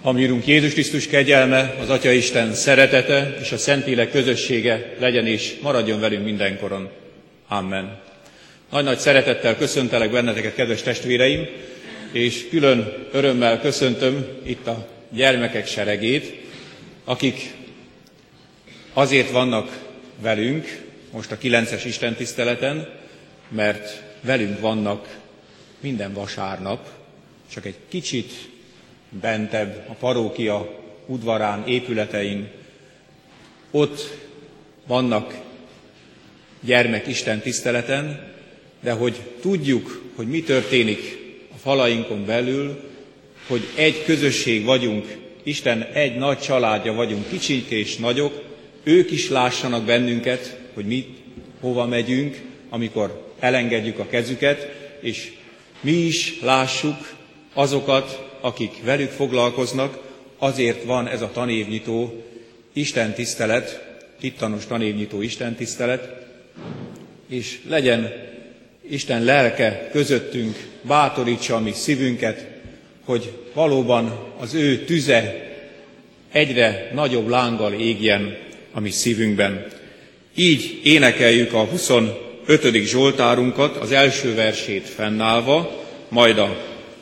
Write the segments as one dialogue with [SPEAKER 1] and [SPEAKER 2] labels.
[SPEAKER 1] A mi Urunk Jézus Krisztus kegyelme, az Atyaisten szeretete és a Szentlélek közössége legyen és maradjon velünk mindenkoron. Amen. Nagy-nagy szeretettel köszöntelek benneteket, kedves testvéreim, és külön örömmel köszöntöm itt a gyermekek seregét, akik azért vannak velünk most a 9-es istentiszteleten, mert velünk vannak minden vasárnap, csak egy kicsit bentebb a parókia udvarán, épületein. Ott vannak gyermek istentiszteleten, de hogy tudjuk, hogy mi történik a falainkon belül, hogy egy közösség vagyunk, Isten egy nagy családja vagyunk, kicsik és nagyok, ők is lássanak bennünket, hogy mi hova megyünk, amikor elengedjük a kezüket, és mi is lássuk azokat, akik velük foglalkoznak. Azért van ez a tanévnyitó istentisztelet, ittanos tanévnyitó istentisztelet, és legyen Isten lelke közöttünk, bátorítsa a mi szívünket, hogy valóban az ő tüze egyre nagyobb lánggal égjen a mi szívünkben. Így énekeljük a 25. Zsoltárunkat, az első versét fennállva, majd a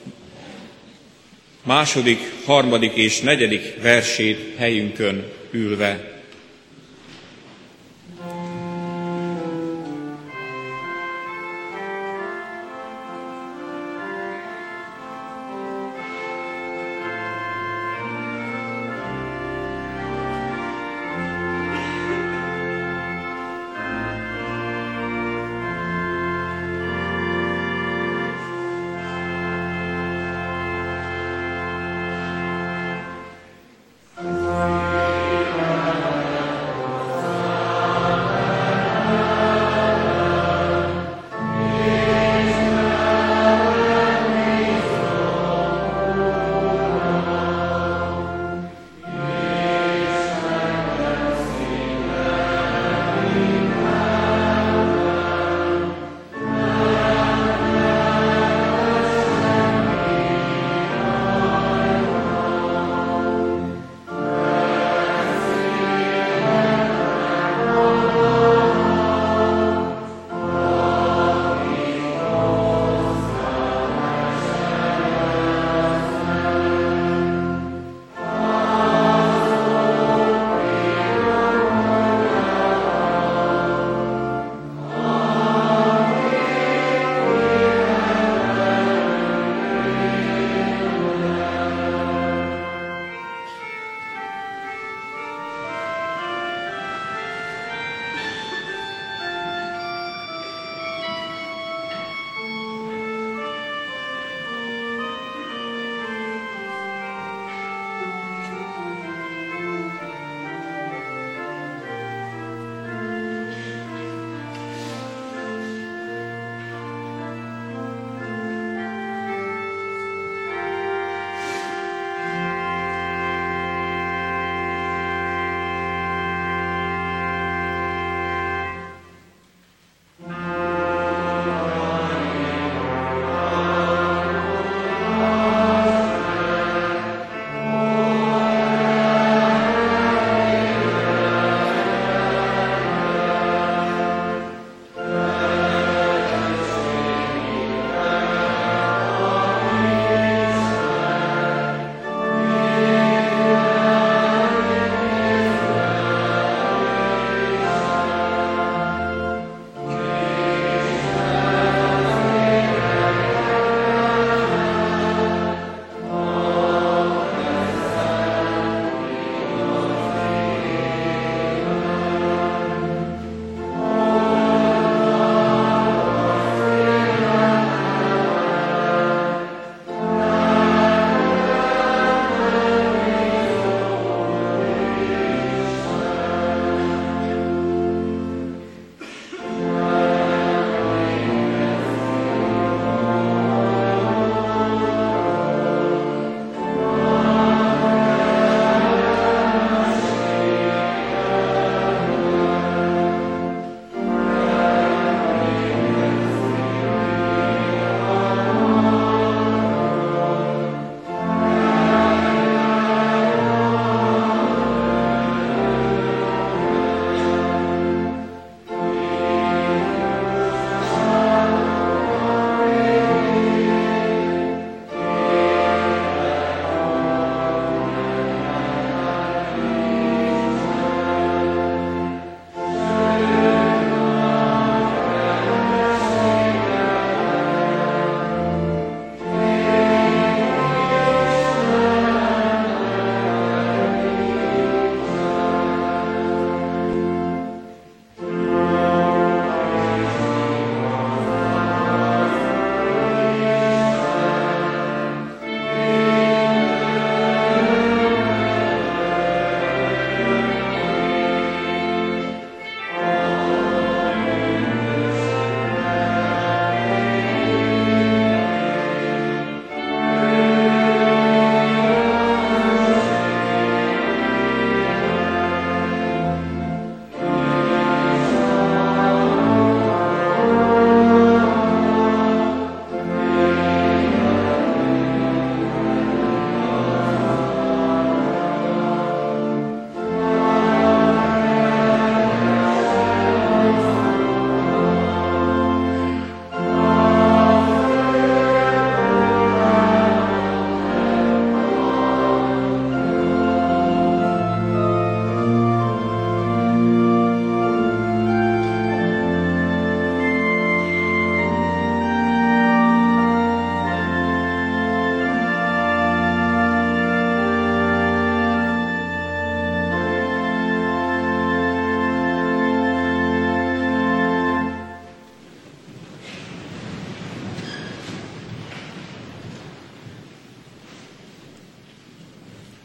[SPEAKER 1] második, harmadik és negyedik versét helyünkön ülve.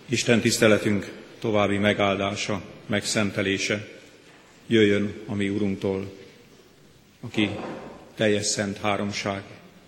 [SPEAKER 1] Isten tiszteletünk további megáldása, megszentelése jöjjön a mi Urunktól, aki teljes szent háromság,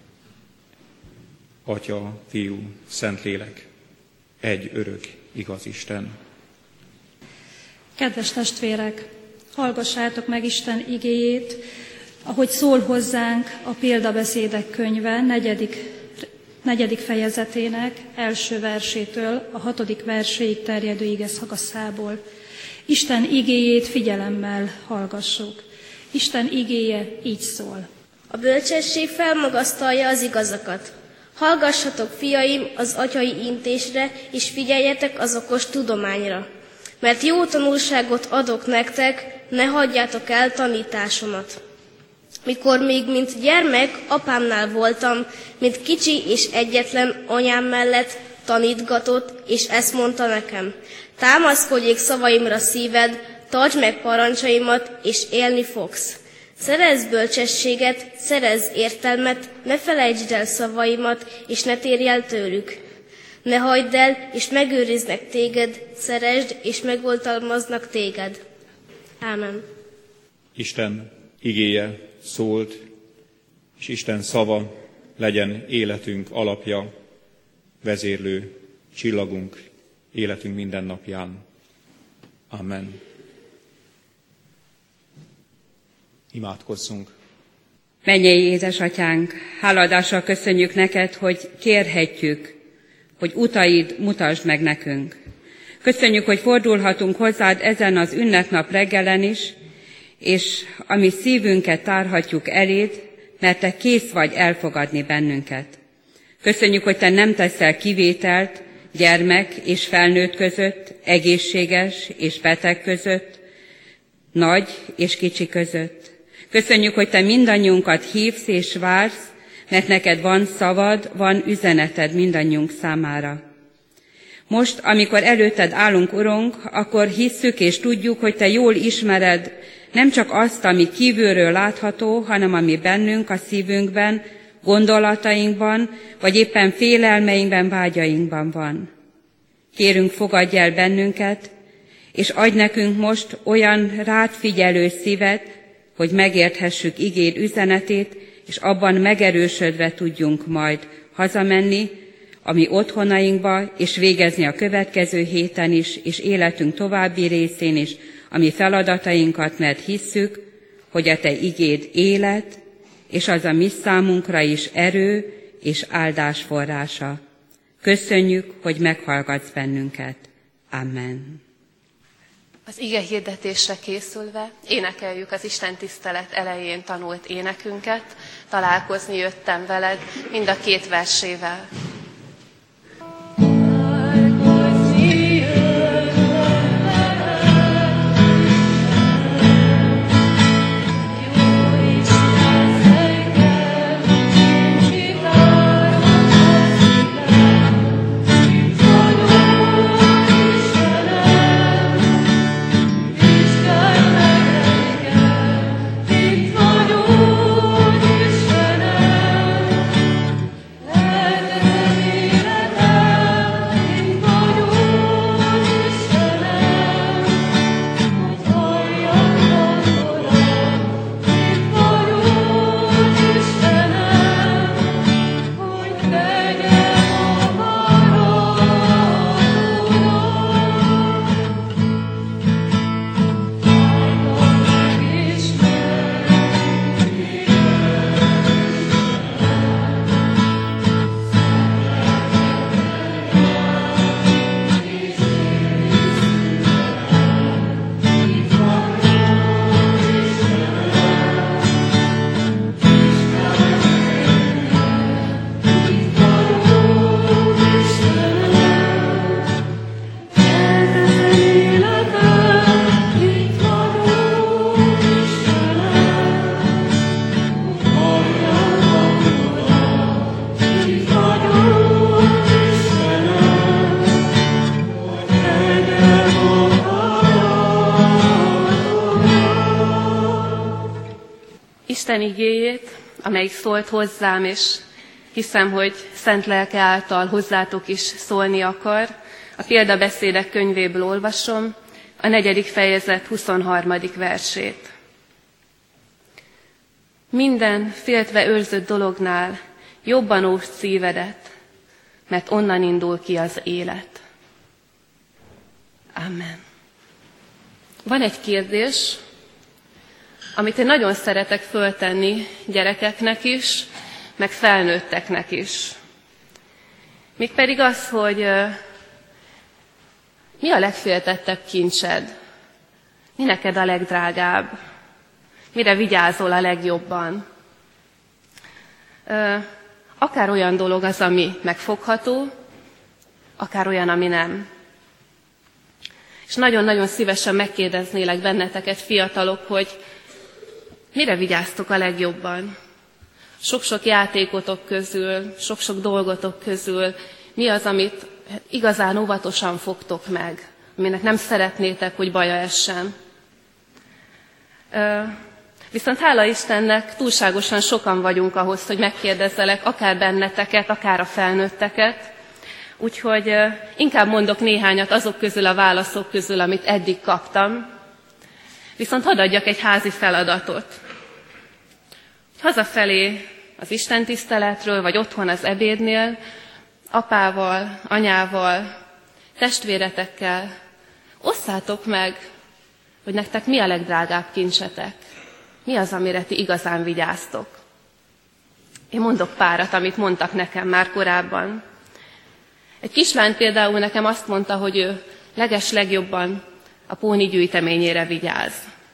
[SPEAKER 1] Atya, Fiú, Szentlélek, egy örök, igaz Isten.
[SPEAKER 2] Kedves testvérek, hallgassátok meg Isten igéjét, ahogy szól hozzánk a Példabeszédek könyve 4. fejezetének első versétől a 6. verséig terjedő igeszakaszából. Isten igéjét figyelemmel hallgassuk. Isten igéje így szól.
[SPEAKER 3] A bölcsesség felmagasztalja az igazakat. Hallgassatok, fiaim, az atyai intésre, és figyeljetek az okos tudományra. Mert jó tanulságot adok nektek, ne hagyjátok el tanításomat. Mikor még mint gyermek apámnál voltam, mint kicsi és egyetlen anyám mellett tanítgatott, és ezt mondta nekem: támaszkodjék szavaimra szíved, tartsd meg parancsaimat, és élni fogsz. Szerezz bölcsességet, szerezz értelmet, ne felejtsd el szavaimat, és ne térj el tőlük. Ne hagyd el, és megőriznek téged, szeresd, és megoltalmaznak téged. Ámen.
[SPEAKER 1] Isten igéje szólt, és Isten szava legyen életünk alapja, vezérlő csillagunk életünk minden napján. Amen. Imádkozzunk.
[SPEAKER 4] Mennyei édesatyánk, háladással köszönjük neked, hogy kérhetjük, hogy utaid mutasd meg nekünk. Köszönjük, hogy fordulhatunk hozzád ezen az ünnepnap reggelen is, és a mi szívünket tárhatjuk eléd, mert te kész vagy elfogadni bennünket. Köszönjük, hogy te nem teszel kivételt gyermek és felnőtt között, egészséges és beteg között, nagy és kicsi között. Köszönjük, hogy te mindannyiunkat hívsz és vársz, mert neked van szavad, van üzeneted mindannyiunk számára. Most, amikor előtted állunk, Urunk, akkor hisszük és tudjuk, hogy te jól ismered nem csak azt, ami kívülről látható, hanem ami bennünk, a szívünkben, gondolatainkban, vagy éppen félelmeinkben, vágyainkban van. Kérünk, fogadj el bennünket, és adj nekünk most olyan rád figyelő szívet, hogy megérthessük igéd üzenetét, és abban megerősödve tudjunk majd hazamenni a mi otthonainkba, és végezni a következő héten is, és életünk további részén is a mi feladatainkat, mert hisszük, hogy a te igéd élet, és az a mi számunkra is erő és áldás forrása. Köszönjük, hogy meghallgatsz bennünket. Amen.
[SPEAKER 5] Az ige hirdetésre készülve énekeljük az Isten tisztelet elején tanult énekünket, találkozni jöttem veled, mind a 2 versével. Isten igéjét, amelyik szólt hozzám, és hiszem, hogy szent lelke által hozzátok is szólni akar, A Példabeszédek könyvéből olvasom, a 4. fejezet 23. versét. Minden féltve őrzött dolognál jobban óvd szívedet, mert onnan indul ki az élet. Amen. Van egy kérdés, amit én nagyon szeretek föltenni gyerekeknek is, meg felnőtteknek is. Mégpedig az, hogy mi a legféltettebb kincsed? Mi neked a legdrágább? Mire vigyázol a legjobban? Akár olyan dolog az, ami megfogható, akár olyan, ami nem. És nagyon-nagyon szívesen megkérdeznélek benneteket, fiatalok, hogy mire vigyáztok a legjobban? Sok-sok játékotok közül, sok-sok dolgotok közül mi az, amit igazán óvatosan fogtok meg, aminek nem szeretnétek, hogy baja essen. Viszont hála Istennek túlságosan sokan vagyunk ahhoz, hogy megkérdezzelek akár benneteket, akár a felnőtteket, úgyhogy inkább mondok néhányat azok közül a válaszok közül, amit eddig kaptam, viszont hadd adjak egy házi feladatot. Hazafelé az istentiszteletről, vagy otthon az ebédnél, apával, anyával, testvéretekkel osszátok meg, hogy nektek mi a legdrágább kincsetek. Mi az, amire ti igazán vigyáztok. Én mondok párat, amit mondtak nekem már korábban. Egy kislány például nekem azt mondta, hogy ő legjobban a póni gyűjteményére vigyáz.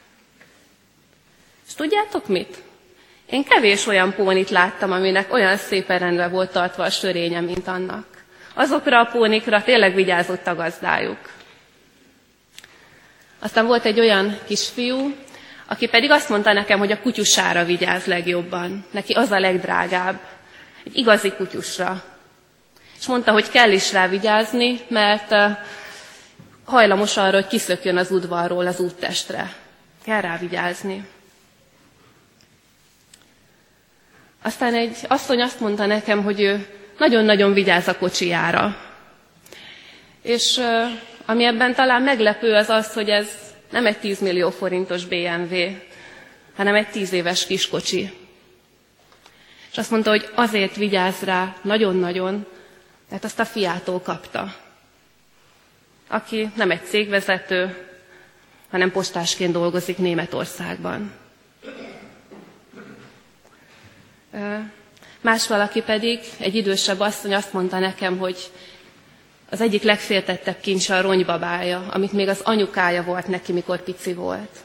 [SPEAKER 5] És tudjátok mit? Én kevés olyan pónit láttam, aminek olyan szépen rendben volt tartva a sörénye, mint annak. Azokra a pónikra tényleg vigyázott a gazdájuk. Aztán volt egy olyan kisfiú, aki pedig azt mondta nekem, hogy a kutyusára vigyáz legjobban. Neki az a legdrágább. Egy igazi kutyusra. És mondta, hogy kell is rá vigyázni, mert hajlamos arra, hogy kiszökjön az udvarról az úttestre. Kell rá vigyázni. Aztán egy asszony azt mondta nekem, hogy ő nagyon-nagyon vigyáz a kocsijára. És ami ebben talán meglepő az az, hogy ez nem egy 10 millió forintos BMW, hanem egy 10 éves kiskocsi. És azt mondta, hogy azért vigyáz rá nagyon-nagyon, mert azt a fiától kapta, aki nem egy cégvezető, hanem postásként dolgozik Németországban. Más valaki pedig, egy idősebb asszony azt mondta nekem, hogy az egyik legféltettebb kincse a ronybabája, amit még az anyukája volt neki, mikor pici volt.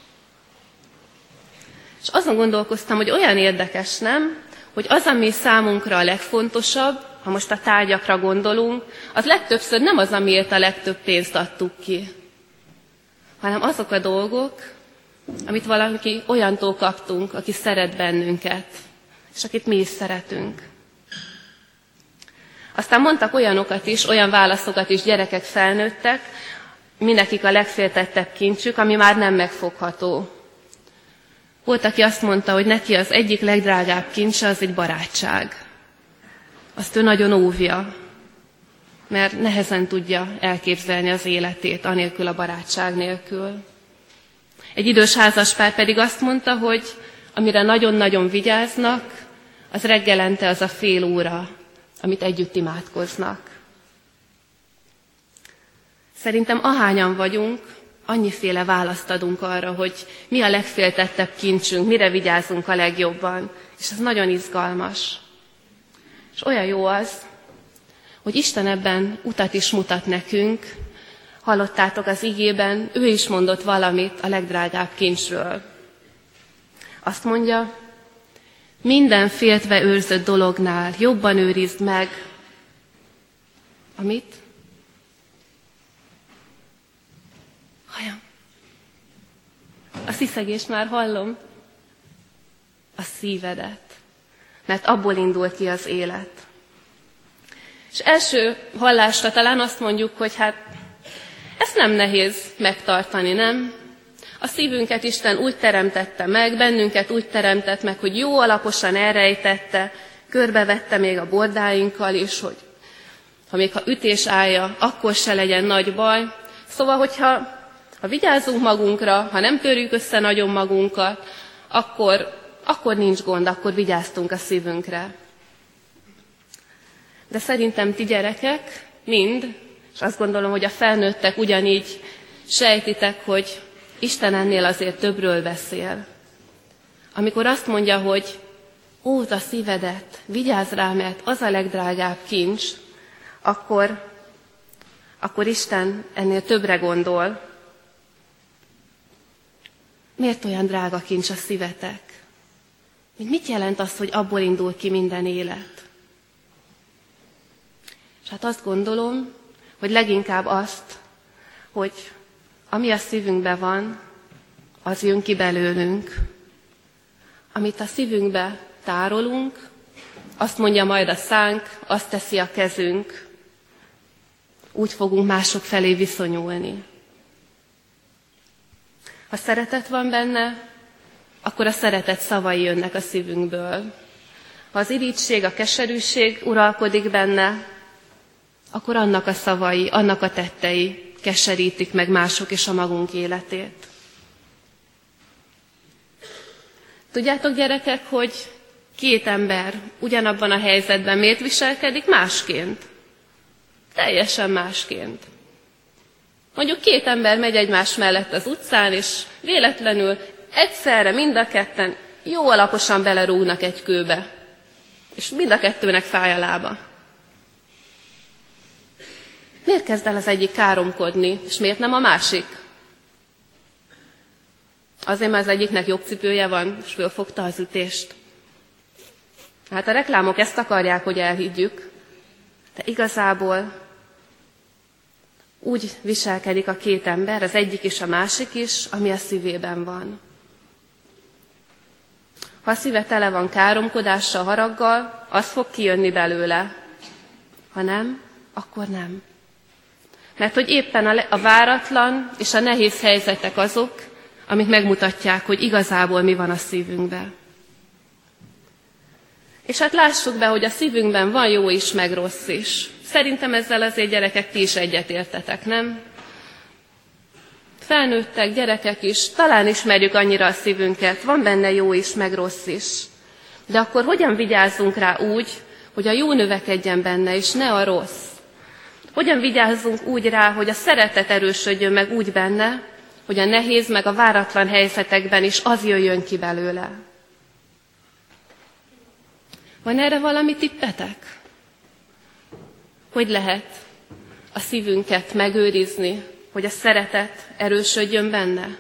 [SPEAKER 5] És azon gondolkoztam, hogy olyan érdekes, nem? Hogy az, ami számunkra a legfontosabb, ha most a tárgyakra gondolunk, az legtöbbször nem az, amiért a legtöbb pénzt adtuk ki, hanem azok a dolgok, amit valaki olyantól kaptunk, aki szeret bennünket, és akit mi is szeretünk. Aztán mondtak olyanokat is, olyan válaszokat is gyerekek, felnőttek, mindekik a legféltettebb kincsük, ami már nem megfogható. Volt, aki azt mondta, hogy neki az egyik legdrágább kincse az egy barátság. Azt ő nagyon óvja, mert nehezen tudja elképzelni az életét anélkül a barátság nélkül. Egy idős házaspár pedig azt mondta, hogy amire nagyon-nagyon vigyáznak, az reggelente az a fél óra, amit együtt imádkoznak. Szerintem ahányan vagyunk, annyiféle választ adunk arra, hogy mi a legféltettebb kincsünk, mire vigyázunk a legjobban, és ez nagyon izgalmas. És olyan jó az, hogy Isten ebben utat is mutat nekünk. Hallottátok az igében, ő is mondott valamit a legdrágább kincsről. Azt mondja, minden féltve őrzött dolognál jobban őrizd meg, amit? Hajam. A sziszegést már hallom. A szívedet. Mert abból indul ki az élet. És első hallásra talán azt mondjuk, hogy hát ezt nem nehéz megtartani, nem? A szívünket Isten úgy teremtette meg, bennünket úgy teremtett meg, hogy jó alaposan elrejtette, körbevette még a bordáinkkal is, hogy még ha ütés állja, akkor se legyen nagy baj. Szóval, hogyha vigyázzunk magunkra, ha nem törjük össze nagyon magunkat, akkor nincs gond, akkor vigyáztunk a szívünkre. De szerintem ti gyerekek mind, és azt gondolom, hogy a felnőttek ugyanígy sejtitek, hogy Isten ennél azért többről beszél. Amikor azt mondja, hogy óvd a szívedet, vigyázz rá, mert az a legdrágább kincs, akkor Isten ennél többre gondol. Miért olyan drága kincs a szívetek? Mit jelent az, hogy abból indul ki minden élet? És hát azt gondolom, hogy leginkább azt, hogy ami a szívünkben van, az jön ki belőlünk. Amit a szívünkbe tárolunk, azt mondja majd a szánk, azt teszi a kezünk. Úgy fogunk mások felé viszonyulni. Ha szeretet van benne, akkor a szeretet szavai jönnek a szívünkből. Ha az irigység, a keserűség uralkodik benne, akkor annak a szavai, annak a tettei keserítik meg mások és a magunk életét. Tudjátok, gyerekek, hogy két ember ugyanabban a helyzetben miért viselkedik másként? Teljesen másként. Mondjuk két ember megy egymás mellett az utcán, és véletlenül egyszerre mind a ketten jó alaposan belerúgnak egy kőbe, és mind a kettőnek fáj a lába. Miért kezd el az egyik káromkodni, és miért nem a másik? Azért, mert az egyiknek jobb cipője van, és fölfogta az ütést. Hát a reklámok ezt akarják, hogy elhiggyük, de igazából úgy viselkedik a két ember, az egyik és a másik is, ami a szívében van. Ha a szíve tele van káromkodással, haraggal, az fog kijönni belőle. Ha nem, akkor nem. Mert hogy éppen a váratlan és a nehéz helyzetek azok, amik megmutatják, hogy igazából mi van a szívünkben. És hát lássuk be, hogy a szívünkben van jó is, meg rossz is. Szerintem ezzel azért, gyerekek, ti is egyetértetek, nem? Felnőttek, gyerekek is, talán ismerjük annyira a szívünket, van benne jó is, meg rossz is. De akkor hogyan vigyázzunk rá úgy, hogy a jó növekedjen benne, és ne a rossz? Hogyan vigyázzunk úgy rá, hogy a szeretet erősödjön meg úgy benne, hogy a nehéz meg a váratlan helyzetekben is az jöjjön ki belőle? Van erre valami tippetek? Hogy lehet a szívünket megőrizni, hogy a szeretet erősödjön benne?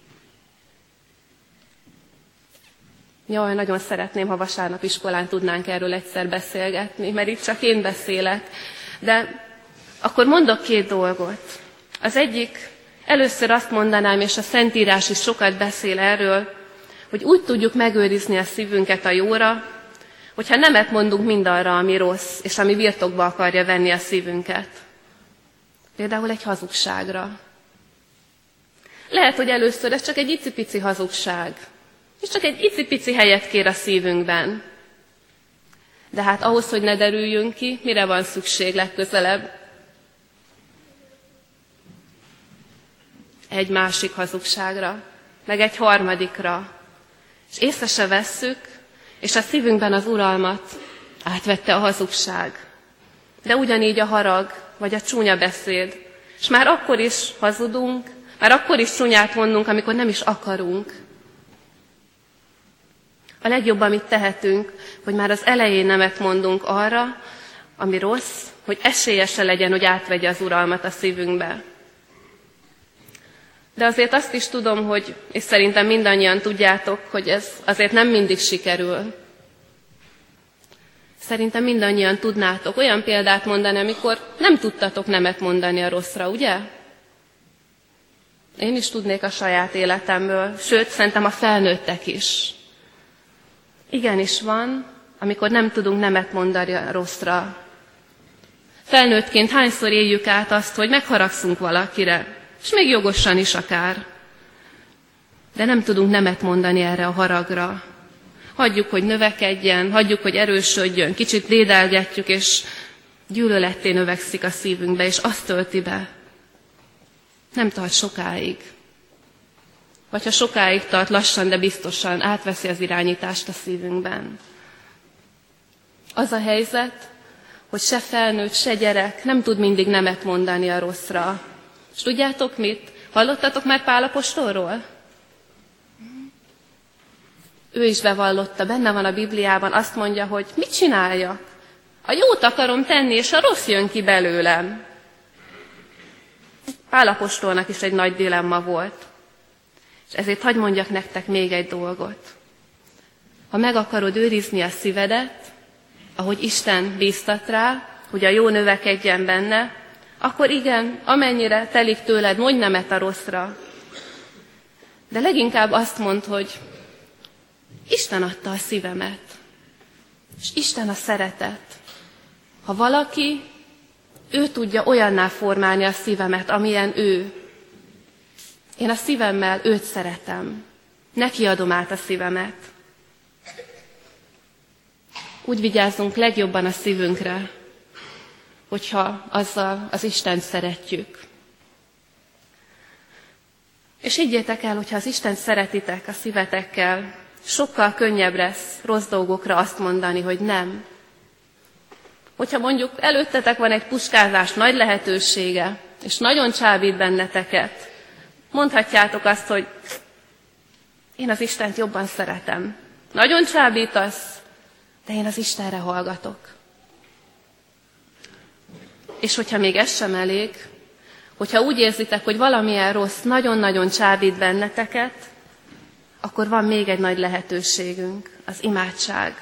[SPEAKER 5] Jaj, nagyon szeretném, ha vasárnap iskolán tudnánk erről egyszer beszélgetni, mert itt csak én beszélek. De akkor mondok két dolgot. Az egyik, először azt mondanám, és a Szentírás is sokat beszél erről, hogy úgy tudjuk megőrizni a szívünket a jóra, hogyha nemet mondunk mindarra, ami rossz, és ami birtokba akarja venni a szívünket. Például egy hazugságra. Lehet, hogy először ez csak egy icipici hazugság, és csak egy icipici helyet kér a szívünkben. De hát ahhoz, hogy ne derüljünk ki, mire van szükség legközelebb? Egy másik hazugságra, meg egy harmadikra. És észre se vesszük, és a szívünkben az uralmat átvette a hazugság. De ugyanígy a harag, vagy a csúnya beszéd. És már akkor is hazudunk, már akkor is csúnyát mondunk, amikor nem is akarunk. A legjobb, amit tehetünk, hogy már az elején nemet mondunk arra, ami rossz, hogy esélye se legyen, hogy átvegye az uralmat a szívünkbe. De azért azt is tudom, hogy, és szerintem mindannyian tudjátok, hogy ez azért nem mindig sikerül. Szerintem mindannyian tudnátok olyan példát mondani, amikor nem tudtatok nemet mondani a rosszra, ugye? Én is tudnék a saját életemből, sőt, szerintem a felnőttek is. Igenis van, amikor nem tudunk nemet mondani a rosszra. Felnőttként hányszor éljük át azt, hogy megharagszunk valakire, és még jogosan is akár. De nem tudunk nemet mondani erre a haragra. Hagyjuk, hogy növekedjen, hagyjuk, hogy erősödjön, kicsit dédelgetjük, és gyűlöletté növekszik a szívünkbe, és azt tölti be. Nem tart sokáig. Vagy ha sokáig tart, lassan, de biztosan átveszi az irányítást a szívünkben. Az a helyzet, hogy se felnőtt, se gyerek nem tud mindig nemet mondani a rosszra. És tudjátok mit? Hallottatok már Pál apostolról? Ő is bevallotta, benne van a Bibliában, azt mondja, hogy mit csináljak? A jót akarom tenni, és a rossz jön ki belőlem. Pál apostolnak is egy nagy dilemma volt. És ezért hadd mondjak nektek még egy dolgot. Ha meg akarod őrizni a szívedet, ahogy Isten bíztat rá, hogy a jó növekedjen benne, akkor igen, amennyire telik tőled, mondj nemet a rosszra. De leginkább azt mondd, hogy Isten adta a szívemet, és Isten a szeretet. Ha valaki, ő tudja olyanná formálni a szívemet, amilyen ő. Én a szívemmel őt szeretem. Neki adom át a szívemet. Úgy vigyázzunk legjobban a szívünkre, hogyha azzal az Istent szeretjük. És higgyétek el, hogyha az Istent szeretitek a szívetekkel, sokkal könnyebb lesz rossz dolgokra azt mondani, hogy nem. Hogyha mondjuk előttetek van egy puskázás nagy lehetősége, és nagyon csábít benneteket, mondhatjátok azt, hogy én az Istent jobban szeretem. Nagyon csábítasz, de én az Istenre hallgatok. És hogyha még ez sem elég, hogyha úgy érzitek, hogy valamilyen rossz nagyon-nagyon csábít benneteket, akkor van még egy nagy lehetőségünk, az imádság.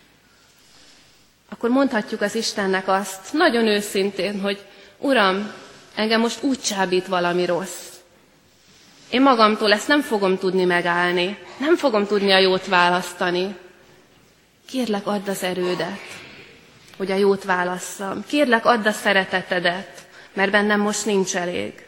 [SPEAKER 5] Akkor mondhatjuk az Istennek azt, nagyon őszintén, hogy Uram, engem most úgy csábít valami rossz. Én magamtól ezt nem fogom tudni megállni, nem fogom tudni a jót választani. Kérlek, add az erődet, hogy a jót válasszam. Kérlek, add a szeretetedet, mert bennem most nincs elég.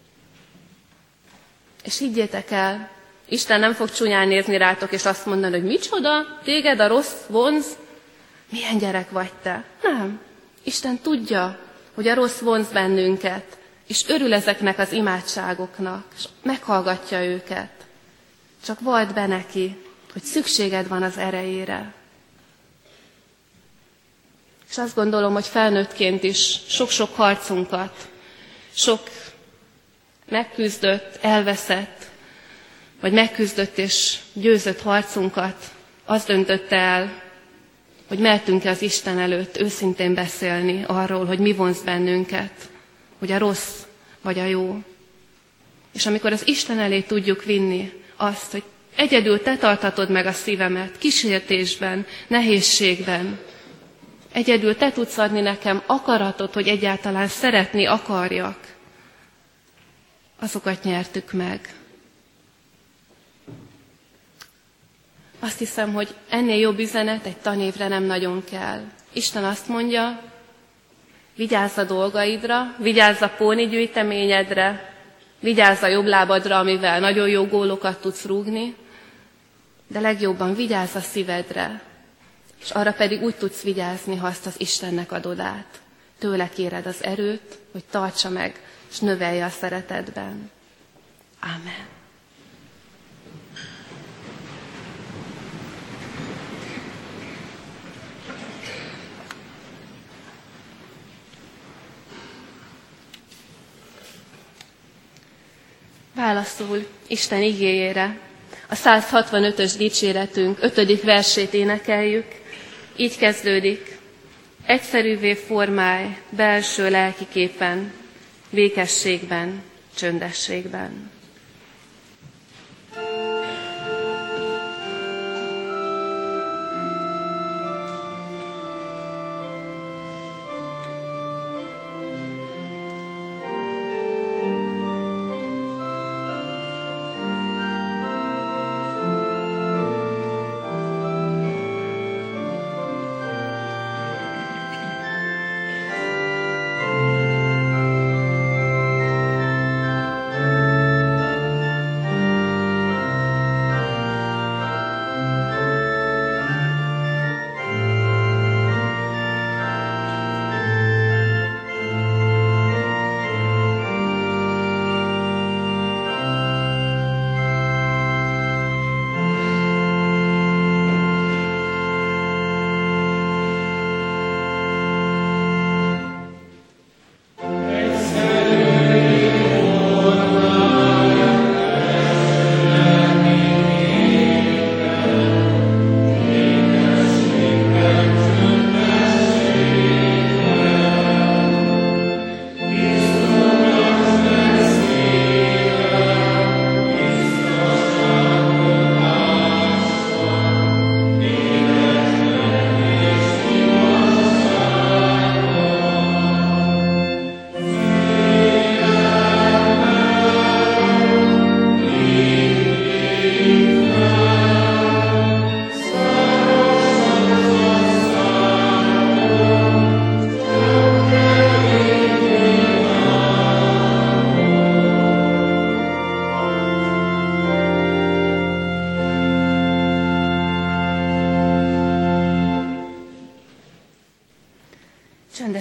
[SPEAKER 5] És higgyétek el, Isten nem fog csúnyán nézni rátok, és azt mondani, hogy micsoda, téged a rossz vonz, milyen gyerek vagy te. Nem. Isten tudja, hogy a rossz vonz bennünket, és örül ezeknek az imádságoknak, és meghallgatja őket. Csak valld be neki, hogy szükséged van az erejére. És azt gondolom, hogy felnőttként is sok-sok harcunkat, sok megküzdött, elveszett, vagy megküzdött és győzött harcunkat az döntötte el, hogy mertünk-e az Isten előtt őszintén beszélni arról, hogy mi vonz bennünket, hogy a rossz vagy a jó. És amikor az Isten elé tudjuk vinni azt, hogy egyedül te tartatod meg a szívemet, kísértésben, nehézségben, egyedül te tudsz adni nekem akaratot, hogy egyáltalán szeretni akarjak, azokat nyertük meg. Azt hiszem, hogy ennél jobb üzenet egy tanévre nem nagyon kell. Isten azt mondja, vigyázz a dolgaidra, vigyázz a pónigyűjteményedre, vigyázz a jobb lábadra, amivel nagyon jó gólokat tudsz rúgni, de legjobban vigyázz a szívedre, és arra pedig úgy tudsz vigyázni, ha azt az Istennek adod át. Tőle kéred az erőt, hogy tartsa meg, és növelje a szeretetben. Ámen. Válaszul Isten igéjére a 165-ös dicséretünk 5. versét énekeljük. Így kezdődik. Egyszerűvé formálj belső lelkiképen, békességben, csöndességben.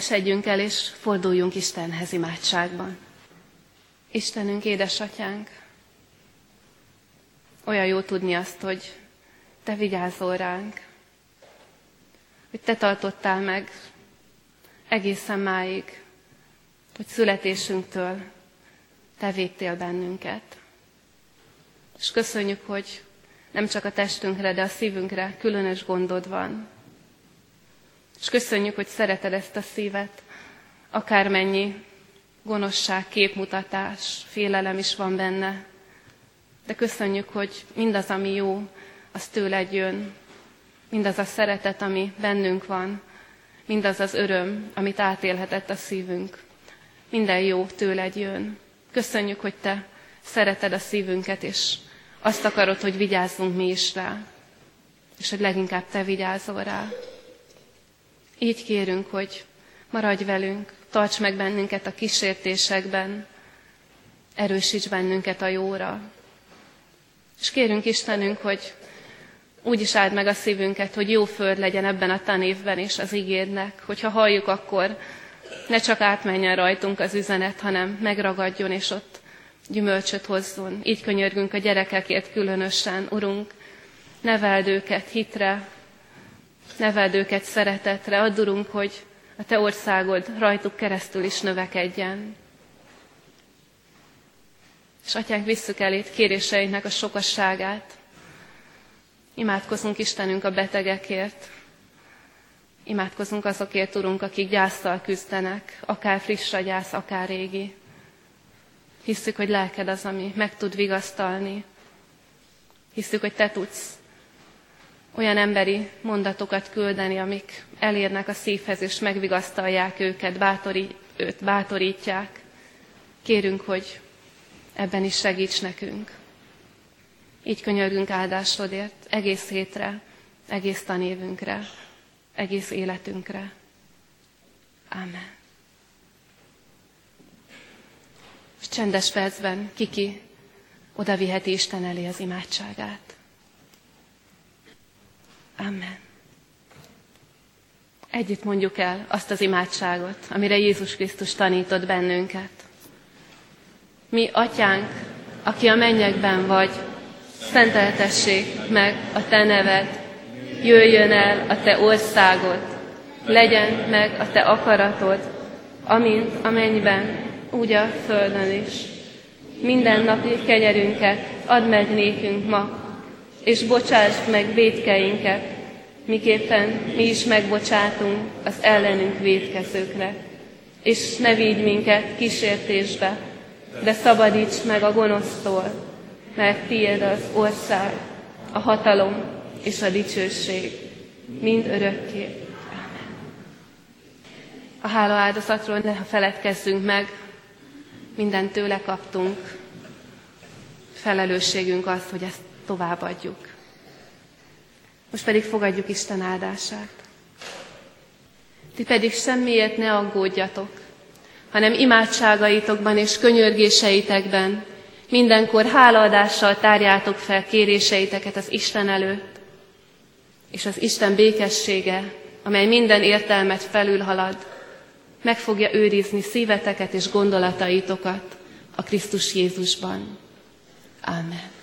[SPEAKER 5] Esedjünk el, és forduljunk Istenhez imádságban. Istenünk, édesatyánk, olyan jó tudni azt, hogy Te vigyázol ránk, hogy Te tartottál meg egészen máig, hogy születésünktől Te védtél bennünket. És köszönjük, hogy nem csak a testünkre, de a szívünkre különös gondod van. És köszönjük, hogy szereted ezt a szívet, akármennyi gonoszság, képmutatás, félelem is van benne. De köszönjük, hogy mindaz, ami jó, az tőled jön. Mindaz a szeretet, ami bennünk van, mindaz az öröm, amit átélhetett a szívünk. Minden jó tőled jön. Köszönjük, hogy Te szereted a szívünket, és azt akarod, hogy vigyázzunk mi is rá, és hogy leginkább Te vigyázzol rá. Így kérünk, hogy maradj velünk, tarts meg bennünket a kísértésekben, erősíts bennünket a jóra. És kérünk Istenünk, hogy úgy is áld meg a szívünket, hogy jó föld legyen ebben a tanévben is az igédnek, hogyha halljuk, akkor ne csak átmenjen rajtunk az üzenet, hanem megragadjon, és ott gyümölcsöt hozzon. Így könyörgünk a gyerekekért különösen, Urunk, neveld őket hitre, neveld őket szeretetre, add, Urunk, hogy a Te országod rajtuk keresztül is növekedjen. És Atyánk, visszük elét kéréseinknek a sokasságát. Imádkozunk Istenünk a betegekért. Imádkozunk azokért, Urunk, akik gyászsal küzdenek, akár friss a gyász, akár régi. Hisszük, hogy lelked az, ami meg tud vigasztalni. Hisszük, hogy Te tudsz olyan emberi mondatokat küldeni, amik elérnek a szívhez, és megvigasztalják őket, bátorítják. Kérünk, hogy ebben is segíts nekünk. Így könyörgünk áldásodért egész hétre, egész tanévünkre, egész életünkre. Ámen. És csendes percben Kiki odaviheti Isten elé az imádságát. Amen. Együtt mondjuk el azt az imádságot, amire Jézus Krisztus tanított bennünket. Mi, Atyánk, aki a mennyekben vagy, szenteltessék meg a Te neved, jöjjön el a Te országod, legyen meg a Te akaratod, amint a mennyben, úgy a földön is. Minden napi kenyerünket add meg nékünk ma, és bocsásd meg vétkeinket, miképpen mi is megbocsátunk az ellenünk vétkezőknek. És ne vigy minket kísértésbe, de szabadíts meg a gonosztól, mert tiéd az ország, a hatalom és a dicsőség, mind örökké. Amen. A hálaáldozatról ne feledkezzünk meg, mindent tőle kaptunk. Felelősségünk az, hogy ezt továbbadjuk. Most pedig fogadjuk Isten áldását. Ti pedig semmiért ne aggódjatok, hanem imádságaitokban és könyörgéseitekben mindenkor hálaadással tárjátok fel kéréseiteket az Isten előtt, és az Isten békessége, amely minden értelmet felülhalad, meg fogja őrizni szíveteket és gondolataitokat a Krisztus Jézusban. Amen.